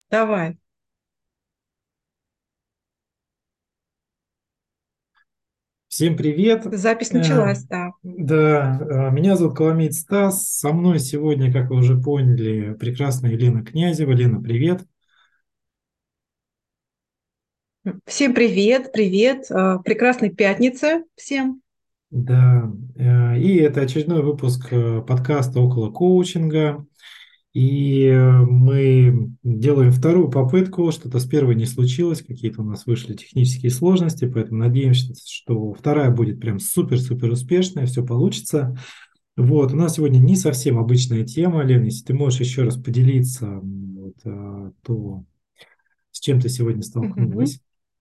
Давай. Всем привет. Запись Э, началась, да. Да, меня зовут Коломейт Стас. Со мной сегодня, как вы уже поняли, прекрасная Елена Князева. Лена, привет. Всем привет, привет. Прекрасной пятницы всем. Да, и это очередной выпуск подкаста «Около коучинга». Мы делаем вторую попытку. Что-то с первой не случилось, какие-то у нас вышли технические сложности, поэтому надеемся, что вторая будет прям супер-супер успешная, все получится. Вот, у нас сегодня не совсем обычная тема, Лен, если ты можешь еще раз поделиться, то с чем ты сегодня Мгм. столкнулась.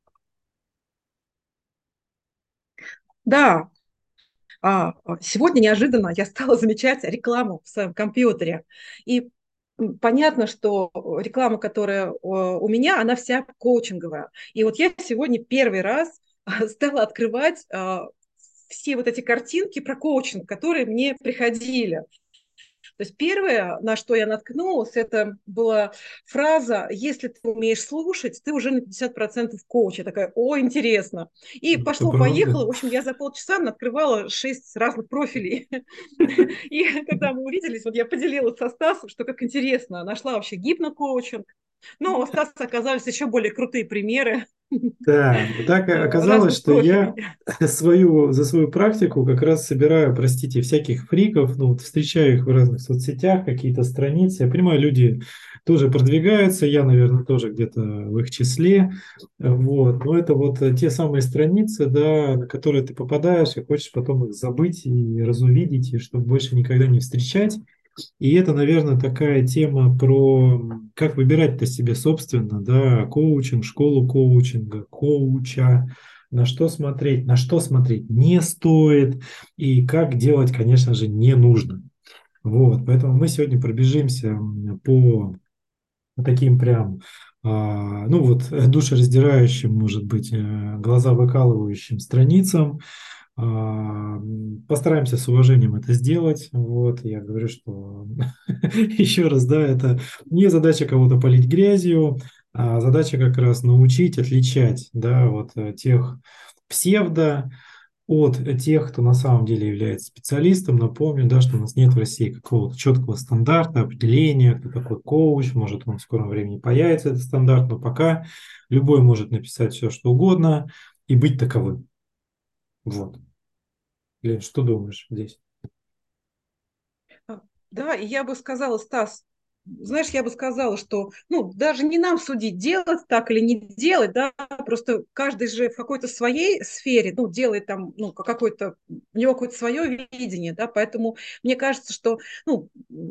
Да, сегодня неожиданно я стала замечать рекламу в своем компьютере. И понятно, что реклама, которая у меня, она вся коучинговая. И вот я сегодня первый раз стала открывать все вот эти картинки про коучинг, которые мне приходили. То есть первое, на что я наткнулась, это была фраза: «Если ты умеешь слушать, ты уже на 50% коуч». Я такая: «О, интересно». И Это правда? пошло-поехало. В общем, я за полчаса открывала 6 разных профилей. И когда мы увиделись, вот я поделилась со Стасом, что как интересно, нашла вообще гипнокоучинг. Но у Стаса оказались еще более крутые примеры Да, так оказалось, разных что я профилей. за свою практику как раз собираю, простите, всяких фриков, ну, вот встречаю их в разных соцсетях, какие-то страницы. Я понимаю, люди тоже продвигаются, я, наверное, тоже где-то в их числе. Вот. Но это вот те самые страницы, да, на которые ты попадаешь и хочешь потом их забыть и разувидеть, и чтобы больше никогда не встречать. И это, наверное, такая тема про как выбирать-то себе собственно, да, коучинг, школу коучинга, коуча, на что смотреть не стоит и как делать, конечно же, не нужно. Вот, поэтому мы сегодня пробежимся по таким прям, ну вот, душераздирающим, может быть, глаза выкалывающим страницам. Постараемся с уважением это сделать. Вот, я говорю, что еще раз, да, это не задача кого-то полить грязью, а задача как раз научить отличать, да, вот тех псевдо от тех, кто на самом деле является специалистом. Напомню, да, что у нас нет в России какого-то четкого стандарта, определения, кто такой коуч, может он в скором времени появится, этот стандарт, но пока любой может написать все, что угодно и быть таковым. Вот. Лен, что думаешь здесь? Да, и я бы сказала, Стас, знаешь, я бы сказала, что, ну, даже не нам судить, делать так или не делать, да, просто каждый же в какой-то своей сфере, ну, делает там, ну, какой-то, у него какое-то свое видение, да, поэтому мне кажется, что, ну,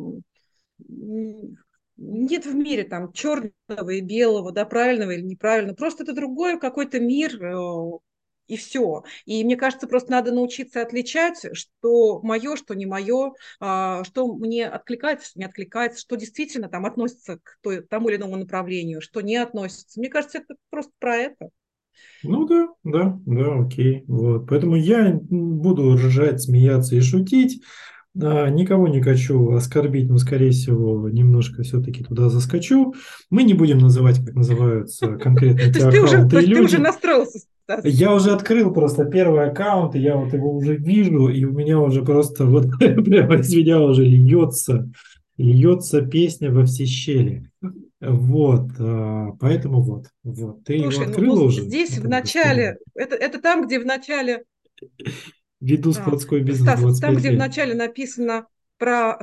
нет в мире там черного и белого, да, правильного или неправильного, просто это другой какой-то мир, и все. И мне кажется, просто надо научиться отличать, что мое, что не мое, что мне откликается, что не откликается, что действительно там относится к тому или иному направлению, что не относится. Мне кажется, это просто про это. Ну да, да, да, окей. Вот. Поэтому я буду ржать, смеяться и шутить. Никого не хочу оскорбить, но, скорее всего, немножко все-таки туда заскочу. Мы не будем называть, как называются конкретно То те есть ты уже, то аккаунты и есть ты уже люди. настроился, Стас. Я уже открыл просто первый аккаунт, и я вот его уже вижу, и у меня уже просто вот прямо из меня уже льется песня во все щели. Вот, поэтому вот. Ты его Слушай, ну открыла уже, здесь в этого господина? начале, это там, где в начале, Веду складской бизнес Стас, это там, 25 где в лет. начале написано про.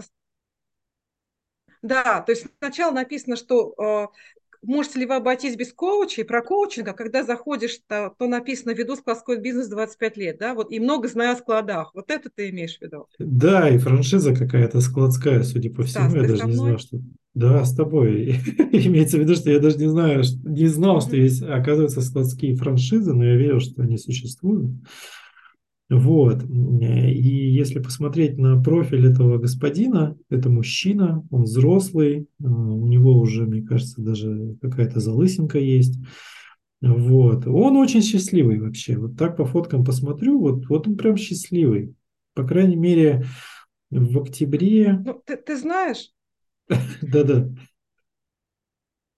Да, то есть сначала написано, что можете ли вы обойтись без коуча и про коучинг, а когда заходишь, то написано «Веду складской бизнес 25 лет», да, вот, и много знаю о складах. Вот это ты имеешь в виду, Да, и франшиза какая-то складская, судя по всему, Стас, я ты даже со не знал, мной? что... Да, с тобой. Имеется в виду, что я даже не знаю, не знал, что Мгм. есть, оказывается, складские франшизы, но я верил, что они существуют. Вот. И если посмотреть на профиль этого господина, это мужчина, он взрослый, у него уже, мне кажется, даже какая-то залысинка есть. Вот. Он очень счастливый вообще. Вот так по фоткам посмотрю, вот он прям счастливый. По крайней мере, в октябре, Ну, ты знаешь, да-да,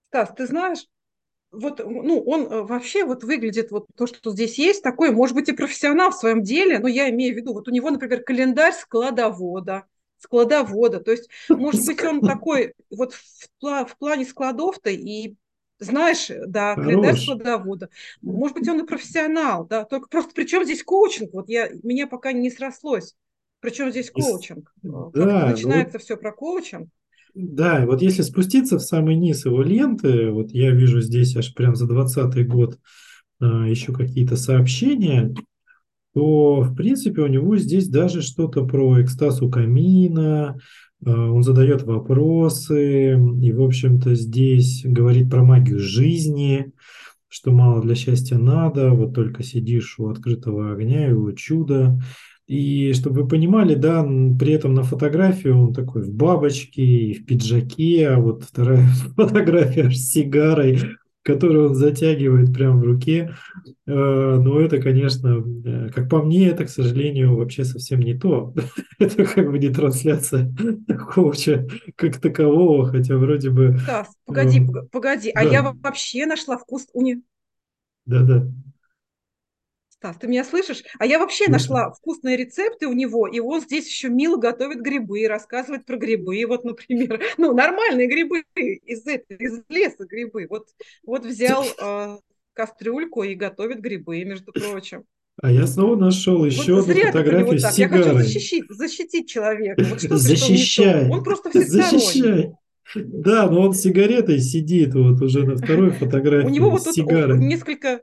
Стас, ты знаешь, вот, ну, он вообще вот выглядит, вот то, что здесь есть, такой, может быть, и профессионал в своем деле, но я имею в виду, вот у него, например, календарь складовода, то есть, может быть, он такой вот в плане складов-то и, знаешь, да, календарь Хорош. складовода, может быть, он и профессионал, да, только просто при чем здесь коучинг? Вот меня пока не срослось. Причем здесь коучинг? Как-то Да, ну вот начинается все про коучинг. да, вот если спуститься в самый низ его ленты, вот я вижу здесь аж прям за 2020 год еще какие-то сообщения, то, в принципе, у него здесь даже что-то про экстаз у камина, он задает вопросы, и, в общем-то, здесь говорит про магию жизни, что мало для счастья надо, вот только сидишь у открытого огня, и вот чудо. И чтобы вы понимали, да, при этом на фотографии он такой в бабочке и в пиджаке, а вот вторая фотография аж с сигарой, которую он затягивает прямо в руке. Но это, конечно, как по мне, это, к сожалению, вообще совсем не то. Это как бы не трансляция коуча как такового, хотя вроде бы, Стас, э, погоди, а да, я вообще нашла вкус да, Стас, ты меня слышишь? А я вообще слышу. нашла вкусные рецепты у него, и он здесь еще мило готовит грибы, рассказывает про грибы, вот, например, ну, нормальные грибы из леса грибы. Вот взял кастрюльку и готовит грибы, между прочим. А я снова нашел Вот еще одну зря ты про него фотографию с так. Я хочу сигарой. защитить человека. Вот что ты, что он не то. Защищай, Он просто всесторонний. защищай. Да, но он с сигаретой сидит вот уже на второй У него фотографии вот с тут сигарой. несколько,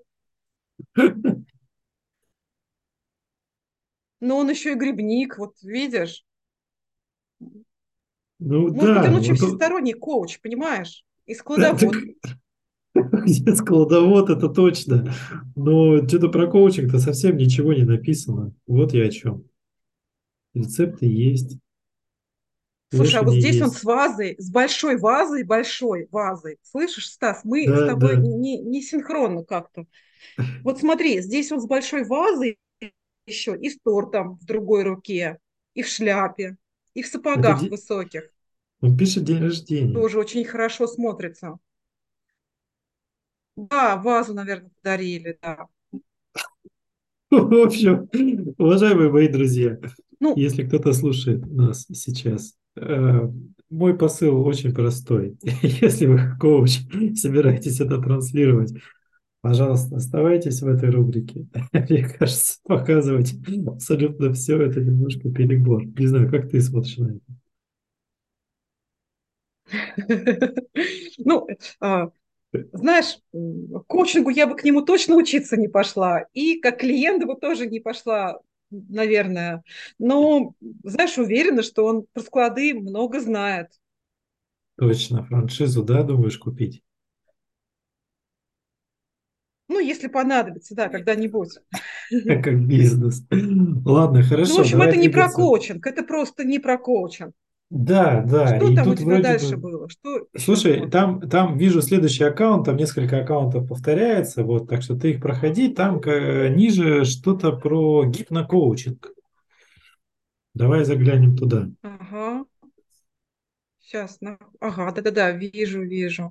но он еще и грибник, вот видишь. Ну Может быть, он да, очень вот всесторонний коуч, понимаешь? И так складовод. где складовод, это точно. Но что-то про коучинг-то совсем ничего не написано. Вот я о чем. Рецепты есть, Слушай, а вот слушания здесь он с есть. вазой, с большой вазой. Слышишь, Стас, мы с Да, тобой да. не синхронно как-то. Вот смотри, здесь он с большой вазой еще и с тортом в другой руке, и в шляпе, и в Это сапогах высоких. он пишет день рождения. Тоже очень хорошо смотрится. Да, вазу, наверное, подарили, да. В общем, уважаемые мои друзья, Ну, если кто-то слушает нас сейчас, мой посыл очень простой. Если вы, коуч, собираетесь это транслировать, пожалуйста, оставайтесь в этой рубрике. Мне кажется, показывать абсолютно все это немножко перебор. Не знаю, как ты смотришь на это. ну, а, знаешь, к коучингу я бы к нему точно учиться не пошла, и как клиент бы тоже не пошла, наверное. Но, знаешь, уверена, что он про склады много знает. Точно, франшизу, да, думаешь купить? Ну, если понадобится, да, когда-нибудь. Как бизнес. Ладно, Ну, в хорошо, общем, давай это не про двигаться. коучинг, это просто не про коучинг. Да, да, Что и там у тут тебя вроде дальше бы. было? Что еще Слушай, смотришь? там вижу следующий аккаунт, там несколько аккаунтов повторяется, вот, так что ты их проходи, там ниже что-то про гипнокоучинг. Давай заглянем туда. Ага, сейчас. Ага, да-да-да, вижу.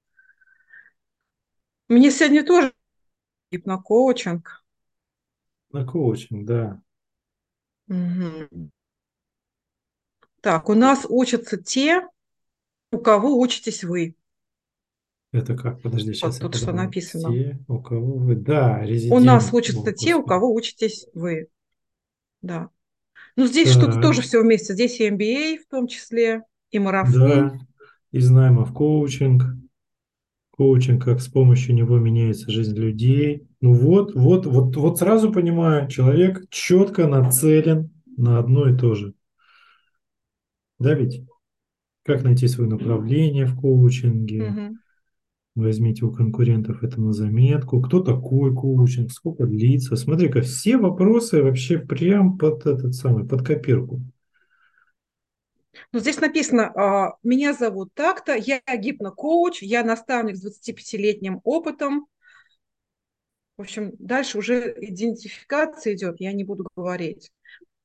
Мне сегодня тоже гипнокоучинг. На коучинг, да. Мгм. Так, у нас учатся те, у кого учитесь вы. Это как? Подожди, сейчас Вот я тут что подумаю. написано. Те, у кого вы... Да, У нас резидент. О, учатся те, у Господи. кого учитесь вы. Да. Ну, здесь что-то Так, тоже все вместе. Здесь и MBA в том числе, и марафон. да. Из наймов коучинг. Коучинг, как с помощью него меняется жизнь людей. Ну вот сразу понимаю, человек четко нацелен на одно и то же. Да ведь? Как найти свое направление в коучинге? Мгм. Возьмите у конкурентов это на заметку. Кто такой коучинг? Сколько длится? Смотри-ка, все вопросы вообще прям под этот самый, под копирку. Ну, здесь написано, меня зовут так-то, я гипнокоуч, я наставник с 25-летним опытом. В общем, дальше уже идентификация идет, я не буду говорить.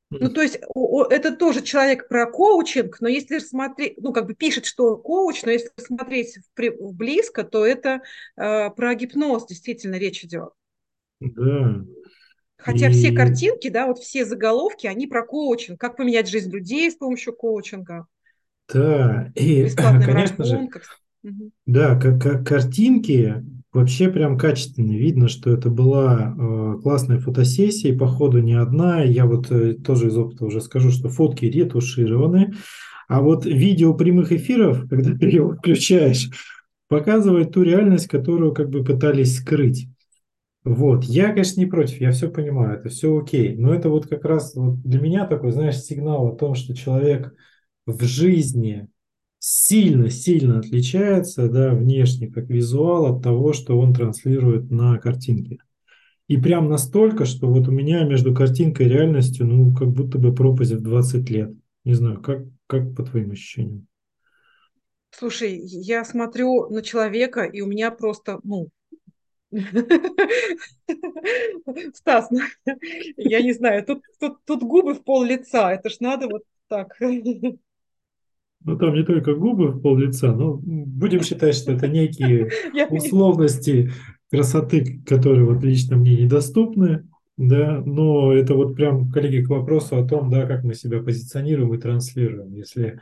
Ну, то есть это тоже человек про коучинг, но если смотреть, ну, как бы пишет, что он коуч, но если смотреть близко, то это про гипноз действительно речь идет. Да. Хотя все И картинки, да, вот все заголовки, они про коучинг, как поменять жизнь людей с помощью коучинга, да, и, бесплатный конечно же, марафон. Как... Мгм. да, как картинки вообще прям качественные. Видно, что это была классная фотосессия, и походу не одна. Я вот тоже из опыта уже скажу, что фотки ретушированы, а вот видео прямых эфиров, когда ты его включаешь, показывает ту реальность, которую как бы пытались скрыть. Вот, я, конечно, не против, я все понимаю, это все окей, но это вот как раз вот для меня такой, знаешь, сигнал о том, что человек в жизни сильно-сильно отличается, да, внешне, как визуал от того, что он транслирует на картинке. И прям настолько, что вот у меня между картинкой и реальностью, ну, как будто бы пропасть в 20 лет. Не знаю, как по твоим ощущениям? Слушай, я смотрю на человека, и у меня просто, ну, Стас, ну, я не знаю, тут губы в пол лица, это ж надо вот так. Ну, там не только губы в пол-лица, но будем считать, что это некие Я понимаю. условности красоты, которые вот лично мне недоступны, да, но это вот прям, коллеги, к вопросу о том, да, как мы себя позиционируем и транслируем. Если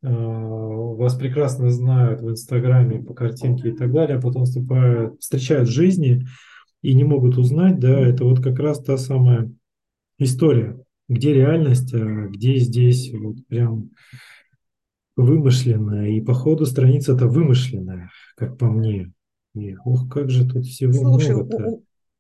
вас прекрасно знают в Инстаграме по картинке и так далее, а потом встречают в жизни и не могут узнать, да, это вот как раз та самая история, где реальность, а где здесь вот прям вымышленная, и по ходу страница-то вымышленная, как по мне. И ох, как же тут всего Слушай, много-то.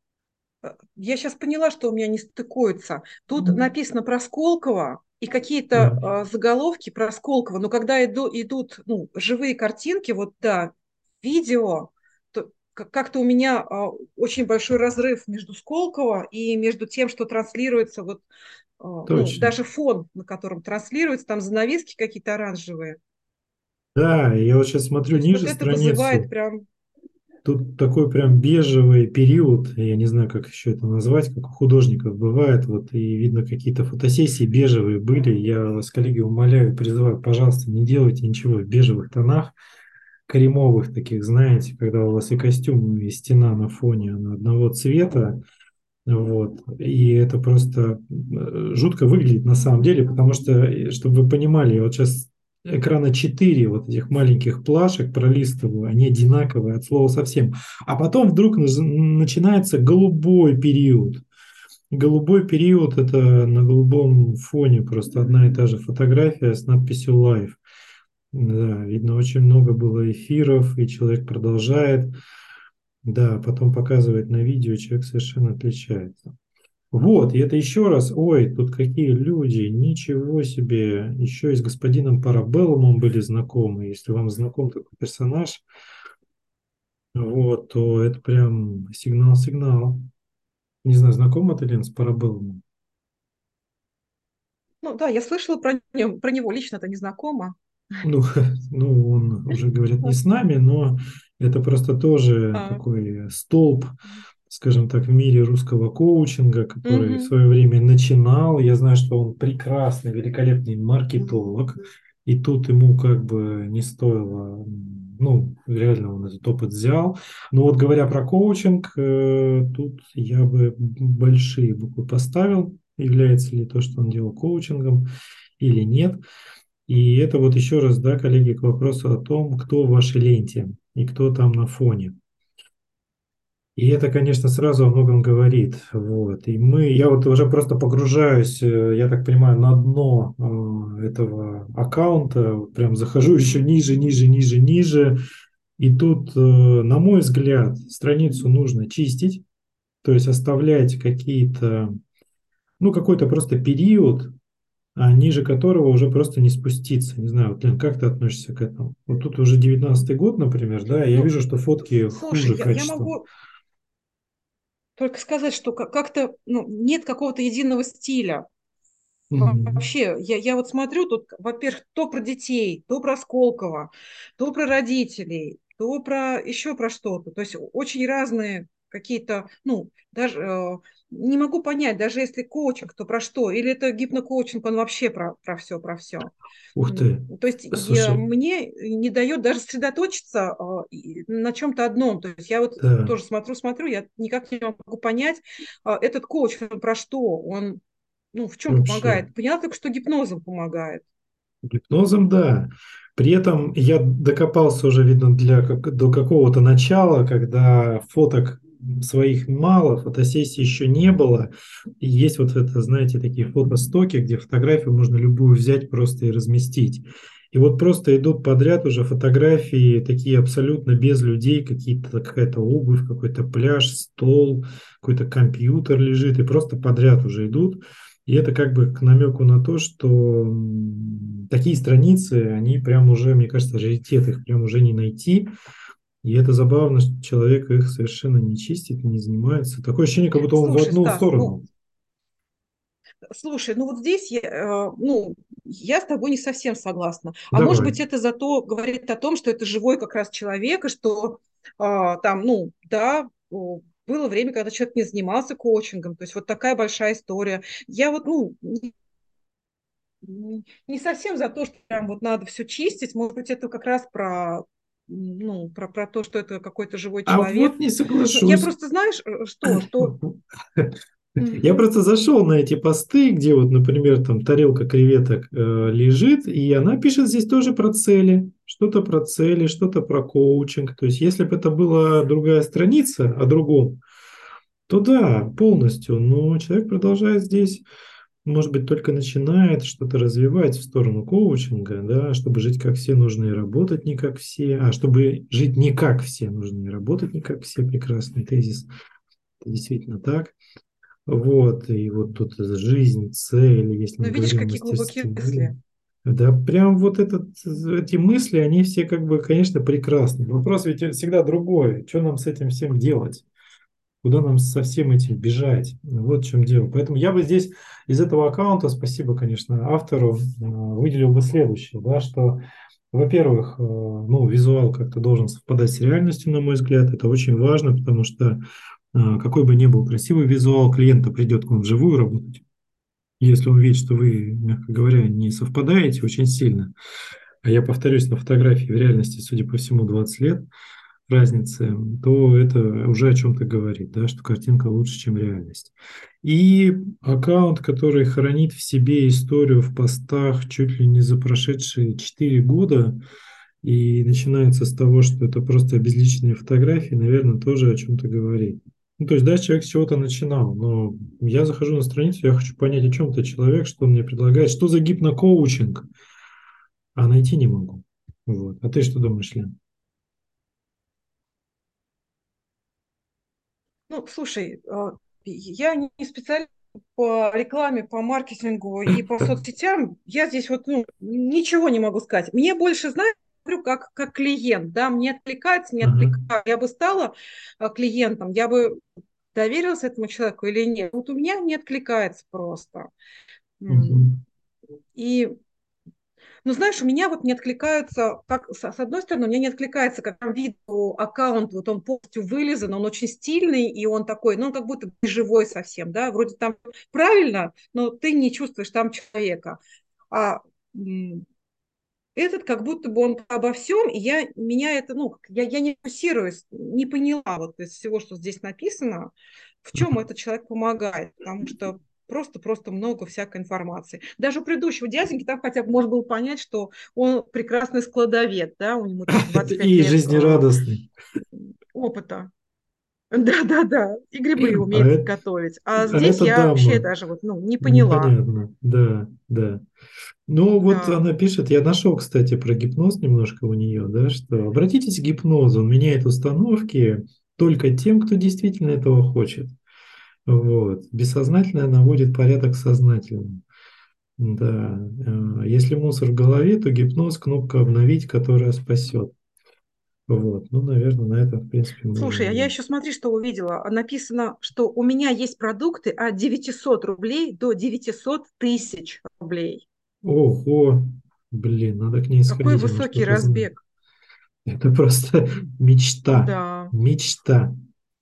я сейчас поняла, что у меня не стыкуется. Тут написано про Сколково и какие-то Да, заголовки про Сколково, но когда идут ну, живые картинки, вот да, видео, то как-то у меня очень большой разрыв между Сколково и между тем, что транслируется, вот, ну, точно. даже фон, на котором транслируется, там занавески какие-то оранжевые. Да, я вот сейчас То смотрю есть ниже вот это вызывает страницу, прям... тут такой прям бежевый период, я не знаю, как еще это назвать, как у художников бывает, вот и видно какие-то фотосессии бежевые были, я вас, коллеги, умоляю, призываю, пожалуйста, не делайте ничего в бежевых тонах, кремовых таких, знаете, когда у вас и костюм, и стена на фоне она одного цвета. Вот. И это просто жутко выглядит на самом деле, потому что, чтобы вы понимали, я вот сейчас экрана 4 вот этих маленьких плашек пролистываю, они одинаковые от слова совсем. А потом вдруг начинается голубой период. Голубой период – это на голубом фоне просто одна и та же фотография с надписью «Live». Да, видно, очень много было эфиров, и человек продолжает. Да, потом показывает на видео, человек совершенно отличается. Вот, и это еще раз, ой, тут какие люди, ничего себе, еще и с господином Парабеллумом были знакомы. Если вам знаком такой персонаж, вот, то это прям сигнал-сигнал. Не знаю, знакома ты, Лен, с Парабеллумом? Ну да, я слышала про него лично-то не знакома. Ну, ну, он уже, говорят, не с нами, но это просто тоже А, такой столб, скажем так, в мире русского коучинга, который в мгм. свое время начинал. Я знаю, что он прекрасный, великолепный маркетолог, и тут ему как бы не стоило, ну, реально он этот опыт взял. Но вот говоря про коучинг, тут я бы большие буквы поставил, является ли то, что он делал коучингом или нет. И это вот еще раз, да, коллеги, к вопросу о том, кто в вашей ленте и кто там на фоне. И это, конечно, сразу о многом говорит. Вот. Я вот уже просто погружаюсь, я так понимаю, на дно этого аккаунта, вот прям захожу еще ниже, ниже, ниже, ниже. И тут, на мой взгляд, страницу нужно чистить, то есть оставлять какие-то, ну, какой-то просто период, ниже которого уже просто не спуститься. Не знаю, вот, Лен, как ты относишься к этому? Вот тут уже 19-й год, например, да, я Ну, вижу, что фотки слушай, хуже я качеством. могу только сказать, что как-то ну, нет какого-то единого стиля. Мгм. Вообще, я вот смотрю, тут, во-первых, то про детей, то про Сколково, то про родителей, то про еще про что-то. То есть очень разные. какие-то, ну, даже не могу понять, даже если коучинг, то про что? Или это гипнокоучинг, он вообще про все, про все. Ух ты. То есть Слушай, мне не дает даже сосредоточиться на чем-то одном. То есть я вот да, тоже смотрю, я никак не могу понять, этот коуч он про что? Он, ну, в чем вообще. помогает? Поняла только, что гипнозом помогает. Гипнозом, да. При этом я докопался уже, видно, до какого-то начала, когда фоток своих мало, фотосессий еще не было. И есть вот это, знаете, такие фотостоки, где фотографию можно любую взять просто и разместить. И вот просто идут подряд уже фотографии такие абсолютно без людей, какие-то какая-то обувь, какой-то пляж, стол, какой-то компьютер лежит, и просто подряд уже идут. И это как бы к намеку на то, что такие страницы, они прям уже, мне кажется, раритет, их прям уже не найти. И это забавно, что человек их совершенно не чистит, не занимается. Такое ощущение, как будто он в Слушай, одну Стас, ну, сторону. слушай, ну вот здесь ну, я с тобой не совсем согласна. А может Давай. быть, это зато говорит о том, что это живой как раз человек, и что там, ну, да, было время, когда человек не занимался коучингом. То есть вот такая большая история. Я вот, ну, не совсем за то, что прям вот надо все чистить. Может быть, это как раз ну, про то, что это какой-то живой А вот человек. не Ну, я соглашусь. просто, знаешь, что Я мгм. просто зашел на эти посты, где вот, например, там тарелка креветок лежит, и она пишет здесь тоже про цели, что-то про коучинг. То есть, если бы это была другая страница о другом, то да, полностью. Но человек продолжает здесь, может быть, только начинает что-то развивать в сторону коучинга, да, чтобы жить как все, нужно и работать не как все, а чтобы жить не как все, нужно и работать не как все. Прекрасный тезис. Это действительно так. Вот, и вот тут жизнь, цель, если Ну, мы видишь, говорим о какие глубокие мастерстве. мысли. Да, прям вот эти мысли, они все как бы, конечно, прекрасны. Вопрос ведь всегда другой. Что нам с этим всем делать? Куда нам со всем этим бежать? Вот в чем дело. Поэтому я бы здесь из этого аккаунта, спасибо, конечно, автору, выделил бы следующее, да, что, во-первых, ну, визуал как-то должен совпадать с реальностью, на мой взгляд. Это очень важно, потому что какой бы ни был красивый визуал, клиента придет к вам вживую работать. Если он видит, что вы, мягко говоря, не совпадаете очень сильно, а я повторюсь, на фотографии в реальности, судя по всему, 20 лет разницы, то это уже о чем-то говорит, да, что картинка лучше, чем реальность. И аккаунт, который хранит в себе историю в постах чуть ли не за прошедшие 4 года, и начинается с того, что это просто обезличенные фотографии, наверное, тоже о чем-то говорит. Ну, то есть, да, человек с чего-то начинал, но я захожу на страницу, я хочу понять, о чем ты человек, что он мне предлагает, что за гипнокоучинг, а найти не могу. Вот. А ты что думаешь, Лен? Ну, слушай, я не специалист по рекламе, по маркетингу и по соцсетям. Я здесь вот, ну, ничего не могу сказать. Мне больше, знаешь, говорю, как клиент, да, мне откликается, не Ага. откликается. Я бы стала клиентом, я бы доверилась этому человеку или нет. Вот у меня не откликается просто. М. Мгм. И ну, знаешь, у меня вот не откликаются, как с одной стороны, у меня не откликается, как там видео, аккаунт, вот он полностью вылизан, он очень стильный, и он такой, ну, он как будто не живой совсем, да, вроде там правильно, но ты не чувствуешь там человека. А м, этот как будто бы он обо всем, и меня это, ну, я не фокусируюсь, не поняла вот из всего, что здесь написано, в чем этот человек помогает, потому что просто много всякой информации. Даже у предыдущего дяденьки там хотя бы можно было понять, что он прекрасный складовед, да, у него там 25 И лет жизнерадостный. опыта. Да-да-да, и грибы А умеет это, готовить. А а здесь эта я вообще дама, даже вот, ну, не поняла. непонятно. Да, да. Ну, вот Да. она пишет, я нашел, кстати, про гипноз немножко у нее, да, что обратитесь к гипнозу, он меняет установки только тем, кто действительно этого хочет. Вот. Бессознательное наводит порядок в сознательном. Да. Если мусор в голове, то гипноз– кнопка «Обновить», которая спасет. Вот. Ну, наверное, на этом, в принципе, можно Слушай, а я и... еще смотри, что увидела. Написано, что у меня есть продукты от 900 рублей до 900 тысяч рублей. Ого! Блин, надо к ней Какой сходить, она высокий что-то знает. разбег. Это просто мечта. Да. Мечта.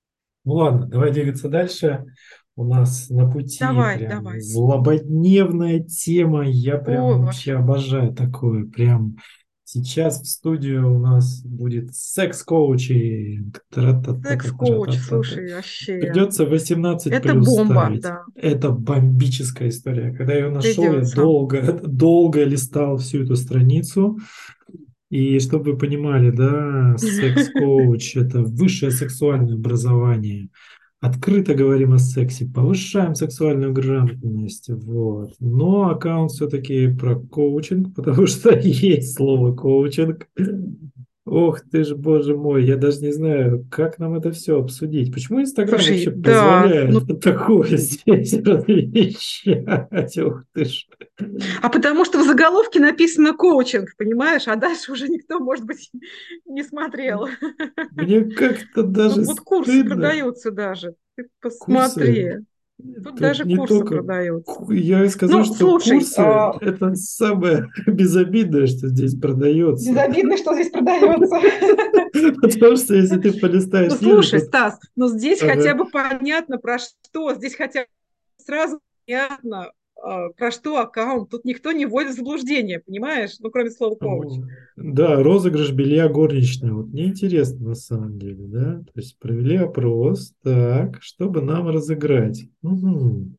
Ну ладно, давай двигаться дальше. У нас на пути Давай, прям давай. злободневная тема. Я прям О, вообще вообще, обожаю такое. Прям сейчас в студию у нас будет секс-коучинг. секс-коуч, Тра-та-та-та-та-та-та. слушай, вообще, Придется 18 это плюс бомба, ставить. да, Это бомбическая история. Когда я ее нашел, я придется. долго листал всю эту страницу. И чтобы вы понимали, да, секс-коуч– это высшее сексуальное образование. Открыто говорим о сексе, повышаем сексуальную грамотность. Вот. Но аккаунт все-таки про коучинг, потому что есть слово коучинг. Ох ты ж, боже мой, я даже не знаю, как нам это все обсудить. Почему Инстаграм Слушай, вообще да, ну, позволяет такое здесь размещать? Ух ты ж. а потому что в заголовке написано коучинг, понимаешь, а дальше уже никто, может быть, не смотрел. Мне как-то даже Вот курсы стыдно. продаются даже, ты Курсы, посмотри, тут тут даже не курсы только... продаются. Я скажу, Ну, что слушай, курсы– это самое безобидное, что здесь продается. безобидно, что здесь продается. Потому что если ты Ну, полистаешь ниже, слушай, тут... Стас, ну здесь хотя Ага. бы понятно про что, здесь хотя бы сразу понятно, про что аккаунт. Тут никто не вводит в заблуждение, понимаешь? Ну, кроме слова коуч. Да, розыгрыш белья горничной. Вот мне интересно на самом деле, да? То есть провели опрос, так, чтобы нам разыграть. Мгм.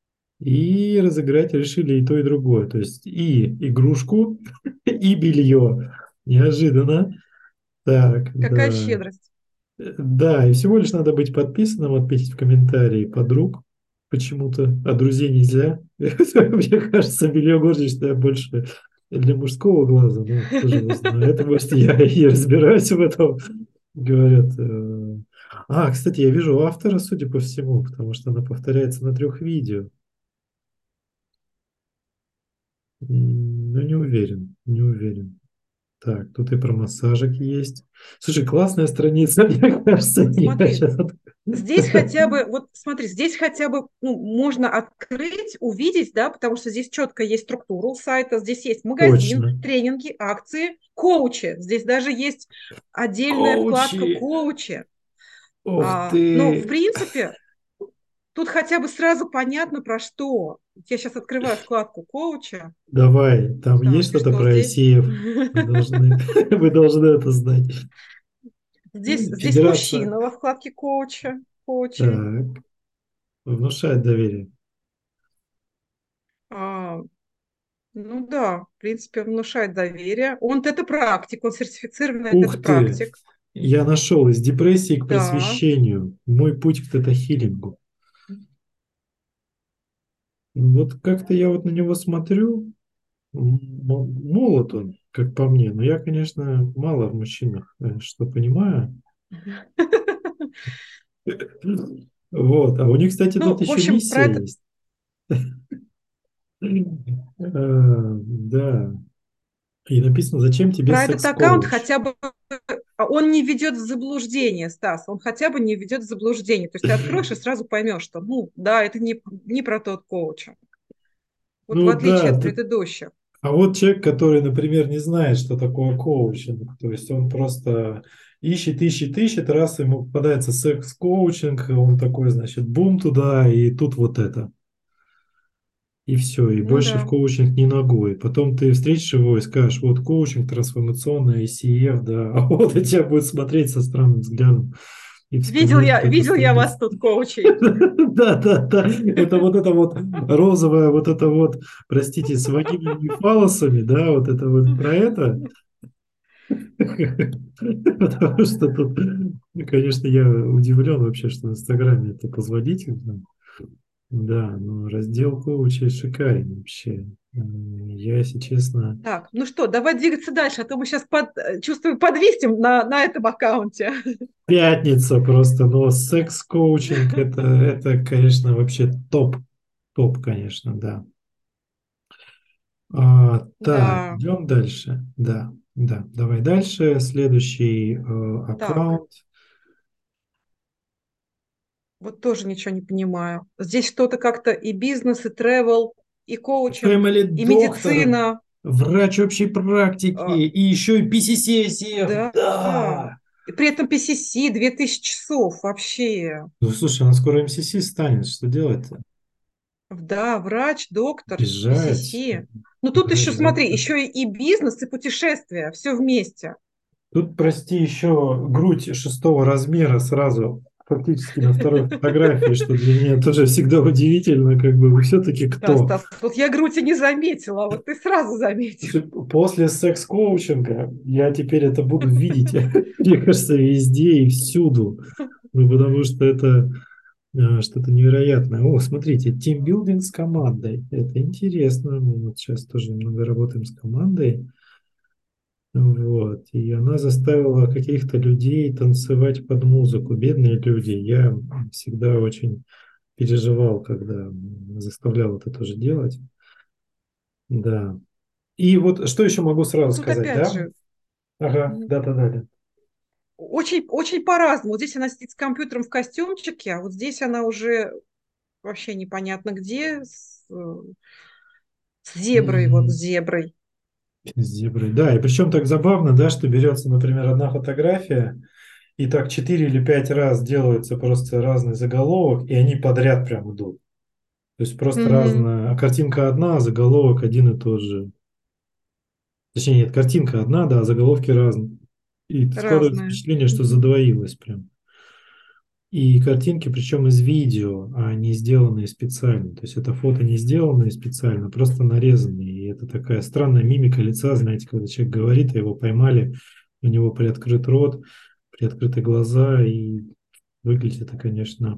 И разыграть решили и то, и другое. То есть и игрушку, и белье. Неожиданно. Так, Какая да. щедрость. Да, и всего лишь надо быть подписанным, отметить в комментарии подруг почему-то, а друзей нельзя. Мне кажется, белье горничная больше для мужского глаза, ну, кто же его знает. Это, может, я и разбираюсь в этом, говорят. Кстати, я вижу автора, судя по всему, потому что она повторяется на 3 видео. Ну, не уверен, не уверен. Так, тут и про массажик есть. Слушай, классная страница, мне кажется, Вот я смотри, сейчас... здесь хотя бы, вот смотри, здесь хотя бы ну, можно открыть, увидеть, да, потому что здесь четко есть структура у сайта, здесь есть магазин, Точно. тренинги, акции, коучи. Здесь даже есть отдельная Коучи. вкладка коучи. Ох ты. Но, в принципе, тут хотя бы сразу понятно, про что. Я сейчас открываю вкладку коуча. Давай, там есть Так, и что-то что про здесь? ICF? Мы должны, мы должны это знать. Здесь Федерация. мужчина во вкладке коуча, коучей. Так, внушает доверие. А, ну да, в принципе, он внушает доверие. Он это-практик, он сертифицированный Ух ты. это-практик. Я нашел из депрессии к Да. просвещению. Мой путь к тета-хилингу. Вот как-то я вот на него смотрю, молод он, как по мне, но я, конечно, мало в мужчинах, что понимаю. Вот, а у них, кстати, тут Ну, в еще общем, миссия есть. Да. И написано, зачем тебе про этот аккаунт секс-коуч? хотя бы он не ведет в заблуждение, Стас, он хотя бы не ведет в заблуждение. То есть ты откроешь и сразу поймешь, что, ну, да, это не про тот коуча. Вот в Ну отличие да, от предыдущих. а вот человек, который, например, не знает, что такое коучинг, то есть он просто ищет, раз ему попадается секс-коучинг, он такой, значит, бум туда, и тут вот это. И все, и Ну больше в да. коучинг не ногой. Потом ты встретишь его и скажешь, вот коучинг трансформационный, ICF, да, а вот и тебя будет смотреть со странным взглядом и вспоминать, как Видел я остальные. вас тут, коучей. Да, да, да. Это вот розовое, вот это вот, простите, с вагинами и фаллосами, да, вот это вот про это. Потому что тут, конечно, я удивлен вообще, что в Инстаграме это позволительно. Да, но раздел коучей шикарен вообще. Я, если честно, Так, ну что, давай двигаться дальше, а то мы сейчас чувствую, подвиснем на этом аккаунте. пятница просто, но секс-коучинг это, конечно, вообще топ. Топ, конечно, да. Так, Да, идем дальше. Да, да, давай дальше. Следующий так, аккаунт. вот тоже ничего не понимаю. Здесь что-то как-то и бизнес, и travel, и коучинг, Family и доктор, медицина. врач общей практики А, и еще и PCC-ICF. да, Да! И при этом PCC 2000 часов вообще. Ну, слушай, она скоро МСС станет, что делать-то? Да, врач, доктор, Бежать, PCC. Ну тут еще, врач, смотри, доктор. еще и бизнес, и путешествия, все вместе. Тут, прости, еще грудь шестого размера сразу, фактически на второй фотографии, что для меня тоже всегда удивительно, как бы вы все-таки Да, кто? Стас, вот я грудь и не заметила, а вот ты сразу заметил. Слушай, после секс-коучинга я теперь это буду видеть, мне кажется, везде и всюду. Ну, потому что это что-то невероятное. О, смотрите, тимбилдинг с командой. Это интересно. Мы вот сейчас тоже много работаем с командой. Вот. И она заставила каких-то людей танцевать под музыку. Бедные люди. Я всегда очень переживал, когда заставлял это тоже делать. Да. И вот что еще могу Ну, сразу тут сказать, опять да? же, Ага, м, да-да-да. очень, очень по-разному. Вот здесь она сидит с компьютером в костюмчике, а вот здесь она уже вообще непонятно где, с зеброй, вот с Мгм. зеброй. С зеброй. Да, и причем так забавно, да, что берется, например, одна фотография, и так 4 или 5 раз делается просто разный заголовок, и они подряд прям идут. То есть просто Мгм. разная, а картинка одна, а заголовок один и тот же. Точнее, нет, картинка одна, да, а заголовки разные. И складывается Разные. впечатление, что Мгм. задвоилось прям. И картинки, причем из видео, а не сделанные специально. То есть это фото не сделанные специально, просто нарезанные. И это такая странная мимика лица, знаете, когда человек говорит, а его поймали, у него приоткрыт рот, приоткрыты глаза, и выглядит это, конечно,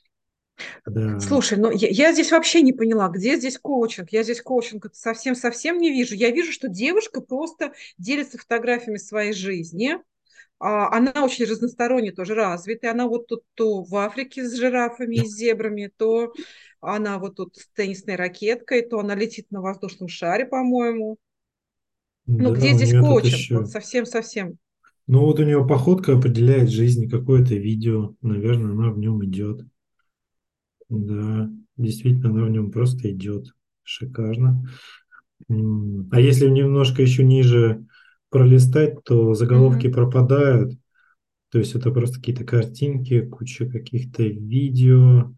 да. Слушай, ну я здесь вообще не поняла, где здесь коучинг? Я здесь коучинг совсем-совсем не вижу. Я вижу, что девушка просто делится фотографиями своей жизни. Она очень разносторонне тоже развитая. Она вот тут то в Африке с жирафами и с зебрами, то она вот тут с теннисной ракеткой, то она летит на воздушном шаре, по-моему. Ну, Да, где у здесь нее тут коучинг? Вот еще... совсем-совсем. Ну вот у нее походка определяет жизнь, какое-то видео, наверное, она в нем идет. Да, действительно, она в нем просто идет. Шикарно. А если немножко еще ниже пролистать, то заголовки Мгм. пропадают. То есть это просто какие-то картинки, куча каких-то видео.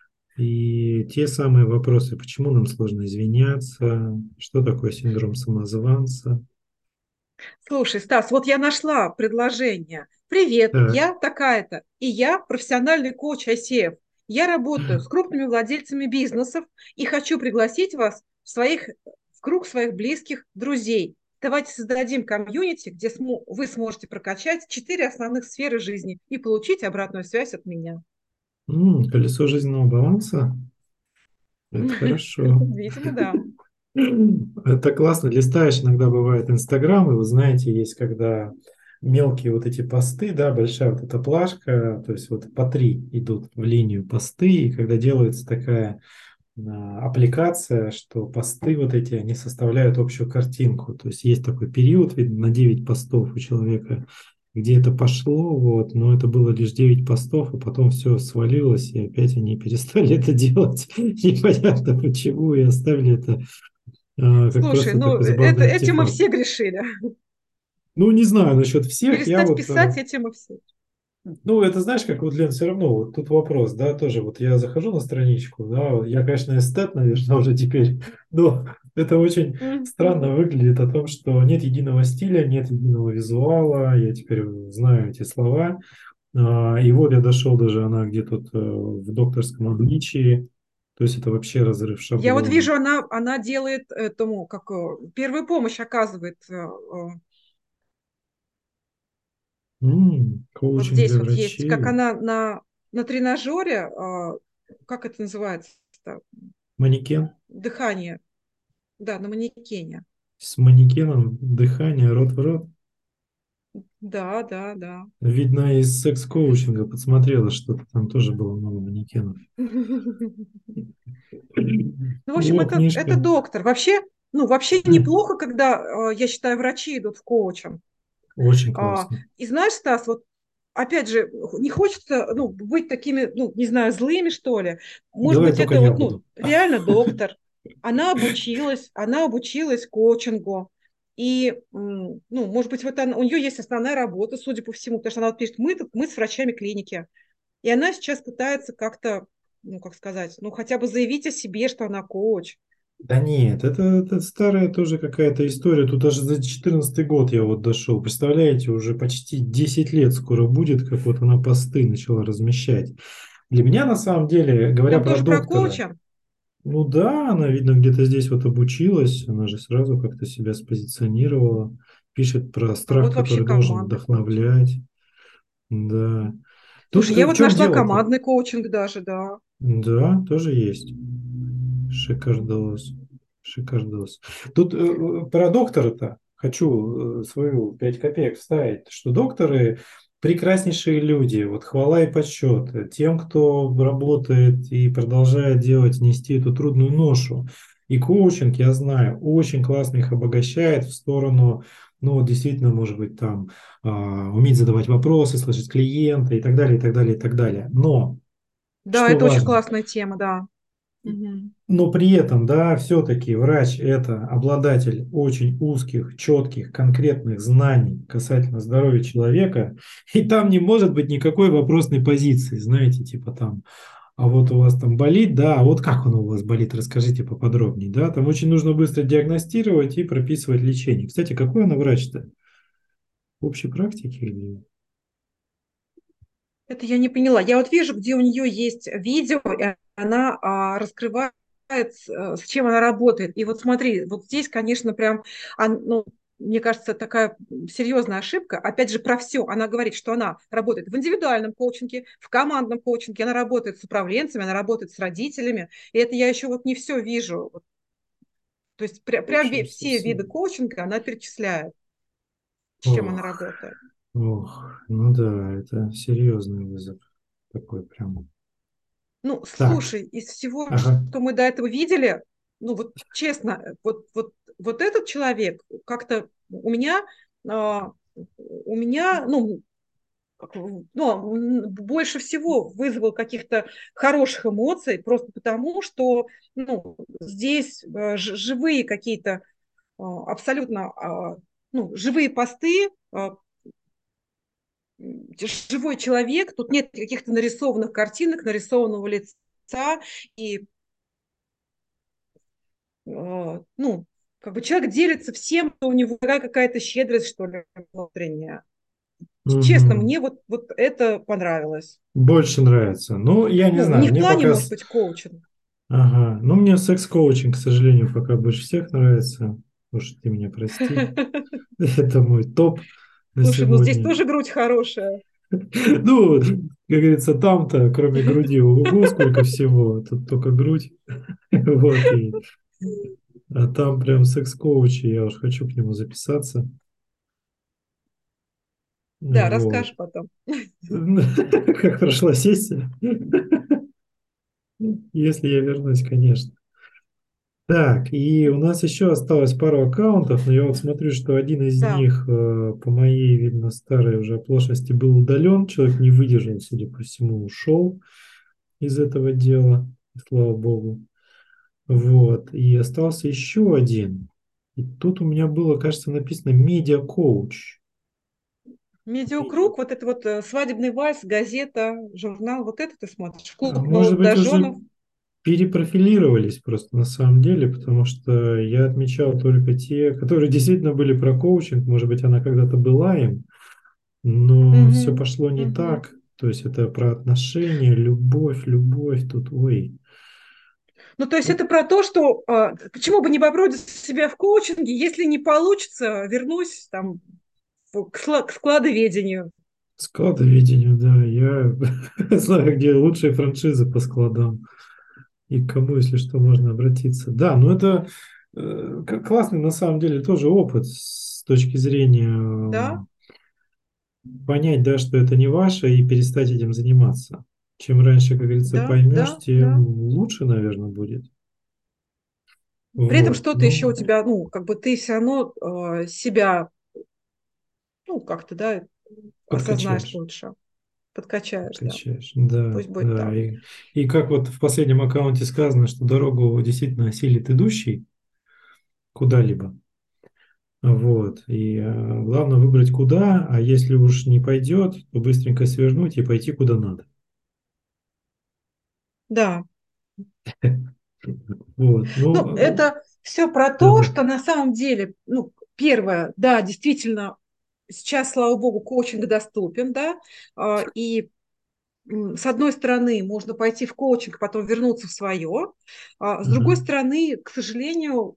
И те самые вопросы, почему нам сложно извиняться, что такое синдром самозванца. Слушай, Стас, вот я нашла предложение. Привет, Так, я такая-то, и я профессиональный коуч ICF. Я работаю с крупными владельцами бизнесов и хочу пригласить вас в круг своих близких друзей. Давайте создадим комьюнити, где вы сможете прокачать 4 основных сферы жизни и получить обратную связь от меня. колесо жизненного баланса. Это хорошо. Видимо, да. Это классно. Листаешь, иногда бывает Инстаграм, и вы знаете, есть когда мелкие вот эти посты, да, большая вот эта плашка, то есть вот по три идут в линию посты, и когда делается такая аппликация, что посты вот эти, они составляют общую картинку. То есть есть такой период, видно, на 9 постов у человека, где это пошло, вот, но это было лишь 9 постов, а потом все свалилось, и опять они перестали это делать. Непонятно почему, и оставили это как Слушай, просто ну такой забавный этим мы артефакт. все грешили. Ну, не знаю насчет всех, я Перестать вот писать этим мы все. ну, это знаешь, как вот, Лен, все равно, вот тут вопрос, да, тоже, вот я захожу на страничку, да, вот я, конечно, эстет, наверное, уже теперь, но это очень странно выглядит о том, что нет единого стиля, нет единого визуала, я теперь знаю эти слова, и вот я дошел даже, она где тут в докторском обличии, то есть это вообще разрыв Я вот шаблона. вижу, она делает этому, как первую помощь оказывает. Вот Коучинг здесь для вот есть, как врачей, она на тренажере, как это называется, манекен, дыхание, да, на манекене. с манекеном дыхание рот в рот. Да, да, да. Видно, из секс-коучинга подсмотрела что-то, там тоже было много манекенов. Ну, в общем, О, это книжка. доктор. Вообще, ну, вообще неплохо, когда, я считаю, врачи идут в коучинг. Очень классно. И знаешь, Стас, вот опять же, не хочется, ну, быть такими, ну, не знаю, злыми, что ли. Может Давай быть, только это я вот, ну, буду. реально доктор. Она обучилась коучингу. И, ну, может быть, вот у нее есть основная работа, судя по всему, потому что она вот пишет, мы с врачами клиники. И она сейчас пытается как-то, ну, как сказать, ну, хотя бы заявить о себе, что она коуч. Да нет, это старая тоже какая-то история. Тут даже за 14 год я вот дошел. Представляете, уже почти 10 лет скоро будет, как вот она посты начала размещать. Для меня, на самом деле, говоря Там про тоже про доктора, коуча. ну да, она, видно, где-то здесь вот обучилась, она же сразу как-то себя спозиционировала, пишет про А страх, вот вообще который должен командный коучинг. вдохновлять. Да. Тут Слушай, я в вот чем нашла дело-то? командный коучинг даже, да. Да, тоже есть. Шикардос. Шикардос. Тут про доктора-то хочу свою 5 копеек вставить, что докторы прекраснейшие люди. Вот хвала и почет тем, кто работает и продолжает делать, нести эту трудную ношу. И коучинг, я знаю, очень классно их обогащает в сторону, ну, вот действительно, может быть, там, уметь задавать вопросы, слышать клиента и так далее, и так далее, и так далее. Но, Да, что это очень важно, классная тема, да. Мгм. но при этом, да, все-таки врач– это обладатель очень узких, четких, конкретных знаний касательно здоровья человека, и там не может быть никакой вопросной позиции, знаете, типа там, а вот у вас там болит, да, а вот как оно у вас болит, расскажите поподробнее, да, там очень нужно быстро диагностировать и прописывать лечение. Кстати, какой она врач-то? В общей практике или... Это я не поняла. Я вот вижу, где у нее есть видео, и она раскрывает, с чем она работает. И вот смотри, вот здесь, конечно, прям, ну, мне кажется, такая серьезная ошибка. Опять же, про все. Она говорит, что она работает в индивидуальном коучинге, в командном коучинге, она работает с управленцами, она работает с родителями. И это я еще вот не все вижу. Вот, то есть прям Причем все виды совсем... коучинга она перечисляет, с чем она Ох, работает. ох, ну да, это серьезный вызов такой прям. Ну, Так, слушай, из всего, ага. что мы до этого видели, ну вот честно, вот этот человек как-то у меня, ну, больше всего вызвал каких-то хороших эмоций, просто потому, что, ну, здесь живые какие-то абсолютно, ну, живые посты, живой человек, тут нет каких-то нарисованных картинок, нарисованного лица, и ну, как бы человек делится всем, что у него такая какая-то щедрость, что ли, внутренняя. Честно, Мгм. мне вот это понравилось. Больше нравится. Ну, я не Ну, не знаю, в мне плане, пока... может быть, коучинг. Ага. Ну, мне секс-коучинг, к сожалению, пока больше всех нравится. Уж ты меня прости. Это мой топ на Слушай, ну здесь сегодня. тоже грудь хорошая. Ну, как говорится, там-то, кроме груди, ого, сколько всего. Тут только грудь. Вот. А там прям секс-коучи. Я уж хочу к нему записаться. Да, Вот. расскажешь потом. Как прошла сессия? Если я вернусь, конечно. Так, и у нас еще осталось пару аккаунтов, но я вот смотрю, что один из Да. них по моей, видно, старой уже оплошности был удален. Человек не выдержал, судя по всему, ушел из этого дела, слава богу. Вот, и остался еще один. И тут у меня было, кажется, написано «Медиа-коуч». Медиа... Медиакруг, вот это вот свадебный вальс, газета, журнал, вот это ты смотришь. А Клуб может быть, уже молодоженов. перепрофилировались просто на самом деле, потому что я отмечал только те, которые действительно были про коучинг. Может быть, она когда-то была им, но все Мгм, пошло не мгм. так. То есть это про отношения, любовь, любовь тут, ой. Ну, то есть это про то, что почему бы не попробовать себя в коучинге, если не получится, вернусь там к складоведению. Складоведению, да, я знаю, где лучшие франшизы по складам и к кому, если что, можно обратиться. Да, но это классный на самом деле тоже опыт с точки зрения Да, понять, да, что это не ваше и перестать этим заниматься. Чем раньше, как говорится, да, поймешь, да, тем да. лучше, наверное, будет. При этом Вот, что-то еще у ну, тебя, ну, как бы ты все равно себя, ну, как-то, да, осознаешь подкачаешь, лучше, подкачаешь, да. подкачаешь. Да, Пусть будет да. так. И как вот в последнем аккаунте сказано, что дорогу действительно осилит идущий куда-либо. Вот. И главное выбрать куда, а если уж не пойдет, то быстренько свернуть и пойти куда надо. Да. Вот. Ну, Ну, это все про то, да-да. что на самом деле, ну, первое, да, действительно, сейчас, слава богу, коучинг доступен, да, и с одной стороны, можно пойти в коучинг, потом вернуться в свое, с другой Мгм. стороны, к сожалению,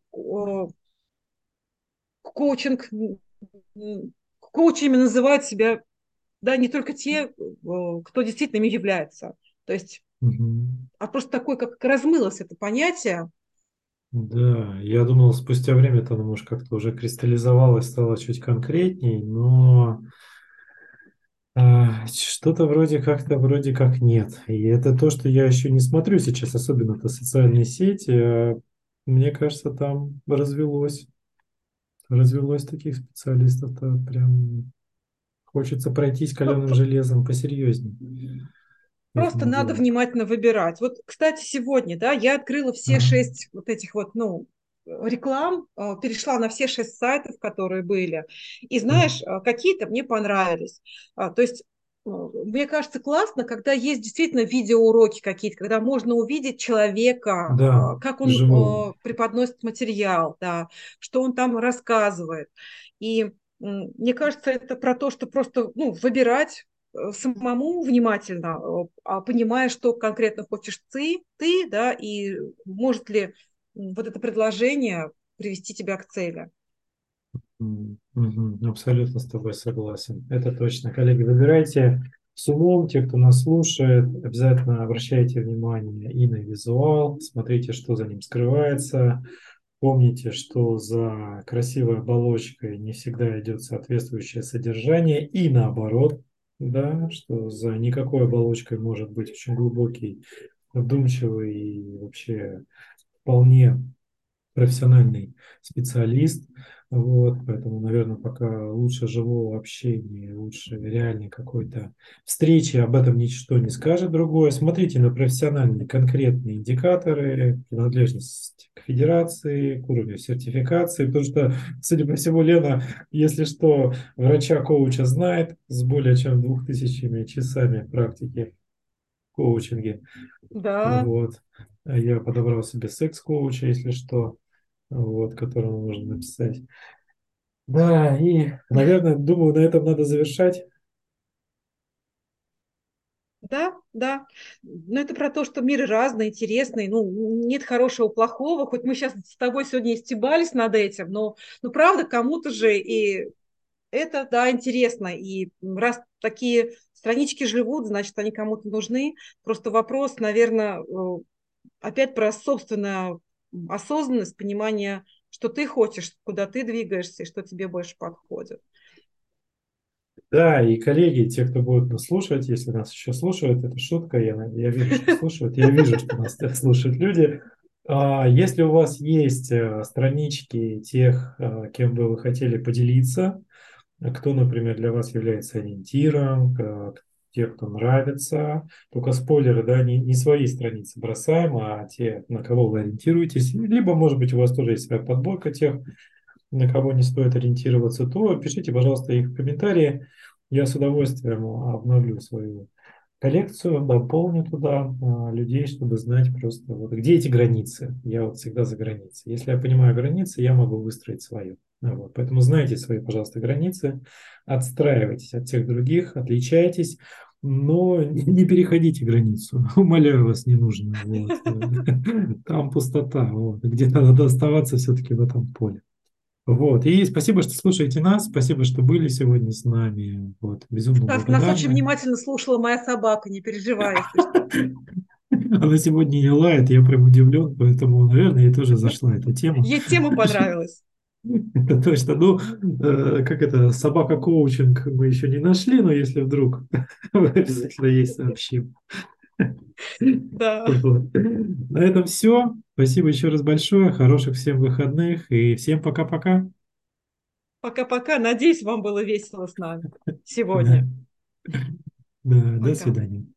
коучинг, коучами называют себя, да, не только те, кто действительно ими является. То есть, Мгм. а просто такое, как размылось это понятие. Да, я думал, спустя время это оно, может, как-то уже кристаллизовалось, стало чуть конкретней, но что-то вроде как-то вроде как нет. И это то, что я еще не смотрю сейчас, особенно это социальные сети. Мне кажется, там развелось таких специалистов-то прям хочется пройтись Ну, каленым железом посерьезнее просто этому надо делу. внимательно выбирать. Вот, кстати, сегодня, да, я открыла все Ага. 6 вот этих вот, ну, реклам, перешла на все 6 сайтов, которые были. И Так. знаешь, какие-то мне понравились. То есть, мне кажется, классно, когда есть действительно видеоуроки какие-то, когда можно увидеть человека, Да, как он живого. преподносит материал, да, что он там рассказывает. И мне кажется, это про то, что просто, ну, выбирать самому внимательно, понимая, что конкретно хочешь ты, да, и может ли вот это предложение привести тебя к цели. Мгм. Абсолютно с тобой согласен. Это точно. Коллеги, выбирайте с умом, те, кто нас слушает, обязательно обращайте внимание и на визуал, смотрите, что за ним скрывается. Помните, что за красивой оболочкой не всегда идет соответствующее содержание, и наоборот, да, что за никакой оболочкой может быть очень глубокий, вдумчивый и вообще вполне профессиональный специалист. Вот, поэтому, наверное, пока лучше живого общения, лучше реальной какой-то встречи, об этом ничто не скажет другое. Смотрите на профессиональные конкретные индикаторы, принадлежность к федерации, к уровню сертификации, потому что, судя по всему, Лена, если что, врача-коуча знает с более чем 2000 часами практики в коучинге. Да, Вот. А я подобрал себе секс-коуча, если что, вот, которому можно написать. Да, и, наверное, думаю, на этом надо завершать. да, да. Но это про то, что мир разный, интересный. Ну, нет хорошего, плохого. Хоть мы сейчас с тобой сегодня и стебались над этим, но ну, правда, кому-то же и это, да, интересно. И раз такие странички живут, значит, они кому-то нужны. Просто вопрос, наверное, опять про собственную осознанность, понимание, что ты хочешь, куда ты двигаешься и что тебе больше подходит. Да, и коллеги, те, кто будут нас слушать, если нас еще слушают, это шутка, я вижу, что слушают, я вижу, что нас слушают люди. Если у вас есть странички тех, кем бы вы хотели поделиться, кто, например, для вас является ориентиром, те, кто нравится. Только спойлеры, да, не свои страницы бросаем, а те, на кого вы ориентируетесь. Либо, может быть, у вас тоже есть своя подборка тех, на кого не стоит ориентироваться, то пишите, пожалуйста, их в комментарии. Я с удовольствием обновлю свою коллекцию, дополню туда людей, чтобы знать просто, вот, где эти границы. Я вот всегда за границей. Если я понимаю границы, я могу выстроить свою. Вот. Поэтому знайте свои, пожалуйста, границы, отстраивайтесь от всех других, отличайтесь, но не переходите границу. Умоляю вас, не нужно. Вот. Там пустота. Вот. Где-то надо оставаться все-таки в этом поле. Вот. И спасибо, что слушаете нас, спасибо, что были сегодня с нами. Вот. Безумно Стас, нас очень благодарны. внимательно слушала моя собака, не переживай, если что. Она сегодня не лает, я прям удивлен, поэтому, наверное, ей тоже зашла эта тема. Ей тема понравилась. Это точно. Ну, как это, собака-коучинг мы еще не нашли, но если вдруг обязательно есть, сообщим. Да. Вот. На этом все. Спасибо еще раз большое. Хороших всем выходных и всем пока-пока. Пока-пока. Надеюсь, вам было весело с нами Да, сегодня. да, до Пока. свидания.